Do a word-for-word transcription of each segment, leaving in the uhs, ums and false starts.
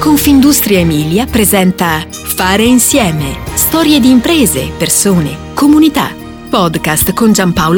Confindustria Emilia presenta Fare insieme. Storie di imprese, persone, comunità. Podcast con Giampaolo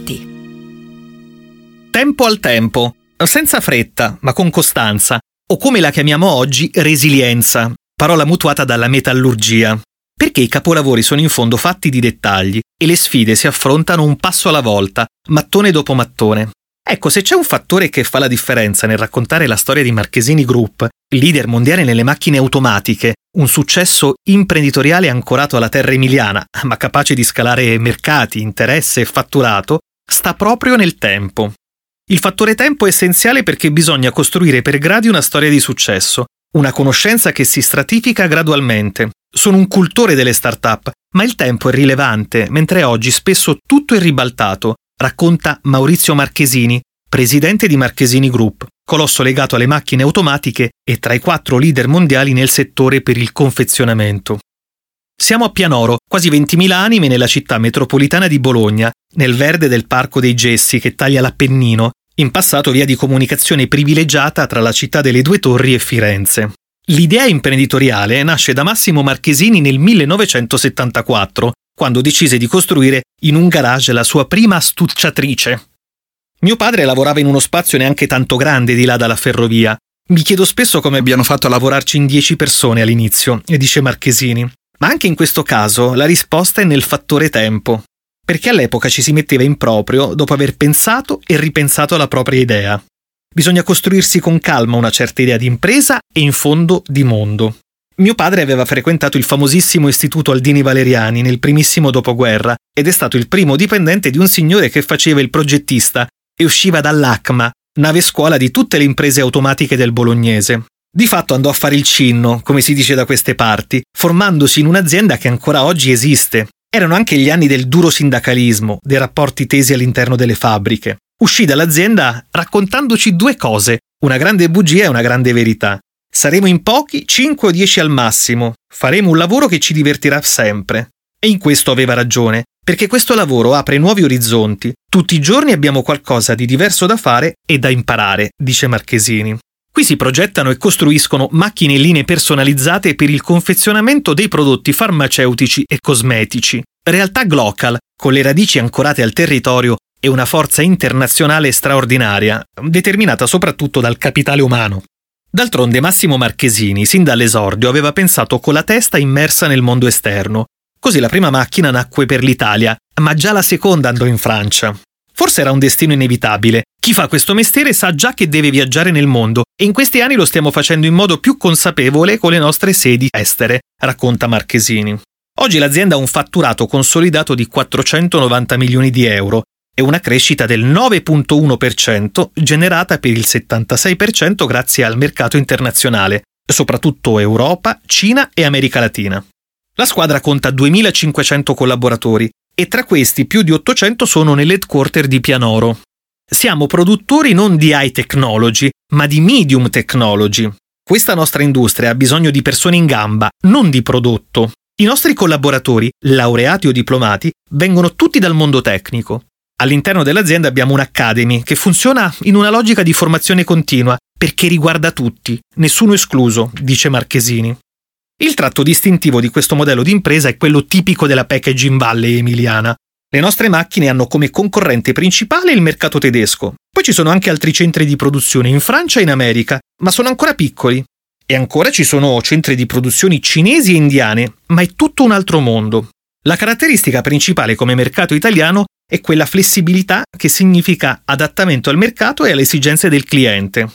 Colletti. Tempo al tempo, senza fretta, ma con costanza, o come la chiamiamo oggi, resilienza, parola mutuata dalla metallurgia. Perché i capolavori sono in fondo fatti di dettagli e le sfide si affrontano un passo alla volta, mattone dopo mattone. Ecco, se c'è un fattore che fa la differenza nel raccontare la storia di Marchesini Group, leader mondiale nelle macchine automatiche, un successo imprenditoriale ancorato alla terra emiliana, ma capace di scalare mercati, interesse e fatturato, sta proprio nel tempo. Il fattore tempo è essenziale perché bisogna costruire per gradi una storia di successo, una conoscenza che si stratifica gradualmente. Sono un cultore delle start-up, ma il tempo è rilevante, mentre oggi spesso tutto è ribaltato, racconta Maurizio Marchesini, presidente di Marchesini Group, colosso legato alle macchine automatiche e tra i quattro leader mondiali nel settore per il confezionamento. Siamo a Pianoro, quasi ventimila anime nella città metropolitana di Bologna, nel verde del Parco dei Gessi che taglia l'Appennino, in passato via di comunicazione privilegiata tra la città delle Due Torri e Firenze. L'idea imprenditoriale nasce da Massimo Marchesini nel millenovecentosettantaquattro, quando decise di costruire in un garage la sua prima astucciatrice. Mio padre lavorava in uno spazio neanche tanto grande di là dalla ferrovia. Mi chiedo spesso come abbiano fatto a lavorarci in dieci persone all'inizio, dice Marchesini. Ma anche in questo caso la risposta è nel fattore tempo, perché all'epoca ci si metteva in proprio dopo aver pensato e ripensato alla propria idea. Bisogna costruirsi con calma una certa idea di impresa e in fondo di mondo. Mio padre aveva frequentato il famosissimo Istituto Aldini Valeriani nel primissimo dopoguerra ed è stato il primo dipendente di un signore che faceva il progettista e usciva dall'ACMA, nave scuola di tutte le imprese automatiche del bolognese. Di fatto andò a fare il cinno, come si dice da queste parti, formandosi in un'azienda che ancora oggi esiste. Erano anche gli anni del duro sindacalismo, dei rapporti tesi all'interno delle fabbriche. Uscì dall'azienda raccontandoci due cose, una grande bugia e una grande verità. Saremo in pochi, cinque o dieci al massimo. Faremo un lavoro che ci divertirà sempre. E in questo aveva ragione, perché questo lavoro apre nuovi orizzonti. Tutti i giorni abbiamo qualcosa di diverso da fare e da imparare, dice Marchesini. Qui si progettano e costruiscono macchine e linee personalizzate per il confezionamento dei prodotti farmaceutici e cosmetici. Realtà glocal, con le radici ancorate al territorio e una forza internazionale straordinaria, determinata soprattutto dal capitale umano. D'altronde Massimo Marchesini, sin dall'esordio, aveva pensato con la testa immersa nel mondo esterno. Così la prima macchina nacque per l'Italia, ma già la seconda andò in Francia. Forse era un destino inevitabile. Chi fa questo mestiere sa già che deve viaggiare nel mondo e in questi anni lo stiamo facendo in modo più consapevole con le nostre sedi estere, racconta Marchesini. Oggi l'azienda ha un fatturato consolidato di quattrocentonovanta milioni di euro e una crescita del nove virgola uno per cento generata per il settantasei per cento grazie al mercato internazionale, soprattutto Europa, Cina e America Latina. La squadra conta duemilacinquecento collaboratori e tra questi più di ottocento sono nell'headquarter di Pianoro. Siamo produttori non di high technology, ma di medium technology. Questa nostra industria ha bisogno di persone in gamba, non di prodotto. I nostri collaboratori, laureati o diplomati, vengono tutti dal mondo tecnico. All'interno dell'azienda abbiamo un'academy che funziona in una logica di formazione continua, perché riguarda tutti, nessuno escluso, dice Marchesini. Il tratto distintivo di questo modello di impresa è quello tipico della packaging valley emiliana. Le nostre macchine hanno come concorrente principale il mercato tedesco. Poi ci sono anche altri centri di produzione in Francia e in America, ma sono ancora piccoli. E ancora ci sono centri di produzione cinesi e indiane, ma è tutto un altro mondo. La caratteristica principale come mercato italiano è quella flessibilità che significa adattamento al mercato e alle esigenze del cliente.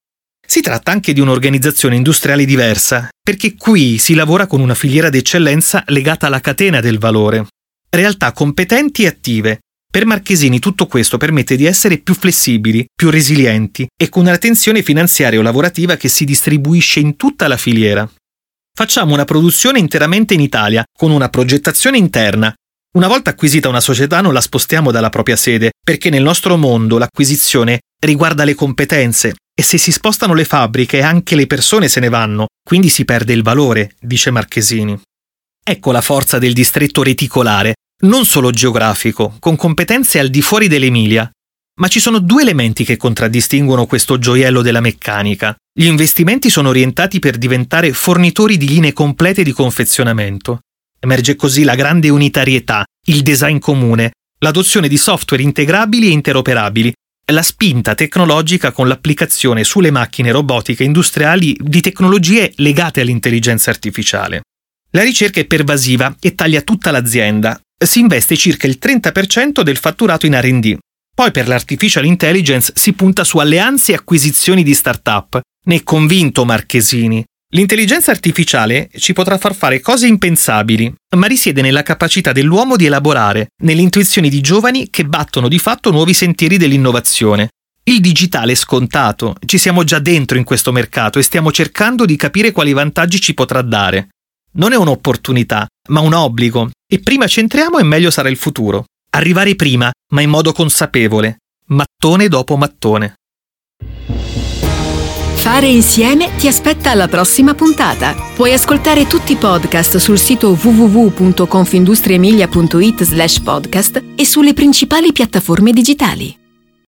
Si tratta anche di un'organizzazione industriale diversa, perché qui si lavora con una filiera d'eccellenza legata alla catena del valore. Realtà competenti e attive. Per Marchesini tutto questo permette di essere più flessibili, più resilienti e con una tensione finanziaria o lavorativa che si distribuisce in tutta la filiera. Facciamo una produzione interamente in Italia, con una progettazione interna. Una volta acquisita una società non la spostiamo dalla propria sede, perché nel nostro mondo l'acquisizione riguarda le competenze e se si spostano le fabbriche anche le persone se ne vanno, quindi si perde il valore, dice Marchesini. Ecco la forza del distretto reticolare, non solo geografico, con competenze al di fuori dell'Emilia. Ma ci sono due elementi che contraddistinguono questo gioiello della meccanica. Gli investimenti sono orientati per diventare fornitori di linee complete di confezionamento. Emerge così la grande unitarietà, il design comune, l'adozione di software integrabili e interoperabili, la spinta tecnologica con l'applicazione sulle macchine robotiche industriali di tecnologie legate all'intelligenza artificiale. La ricerca è pervasiva e taglia tutta l'azienda. Si investe circa il trenta per cento del fatturato in erre e di. Poi per l'artificial intelligence si punta su alleanze e acquisizioni di start-up. Ne è convinto Marchesini. L'intelligenza artificiale ci potrà far fare cose impensabili, ma risiede nella capacità dell'uomo di elaborare, nelle intuizioni di giovani che battono di fatto nuovi sentieri dell'innovazione. Il digitale è scontato, ci siamo già dentro in questo mercato e stiamo cercando di capire quali vantaggi ci potrà dare. Non è un'opportunità, ma un obbligo, e prima ci entriamo e meglio sarà il futuro. Arrivare prima, ma in modo consapevole. Mattone dopo mattone. Fare insieme ti aspetta alla prossima puntata. Puoi ascoltare tutti i podcast sul sito w w w punto confindustriemilia punto it slash podcast e sulle principali piattaforme digitali.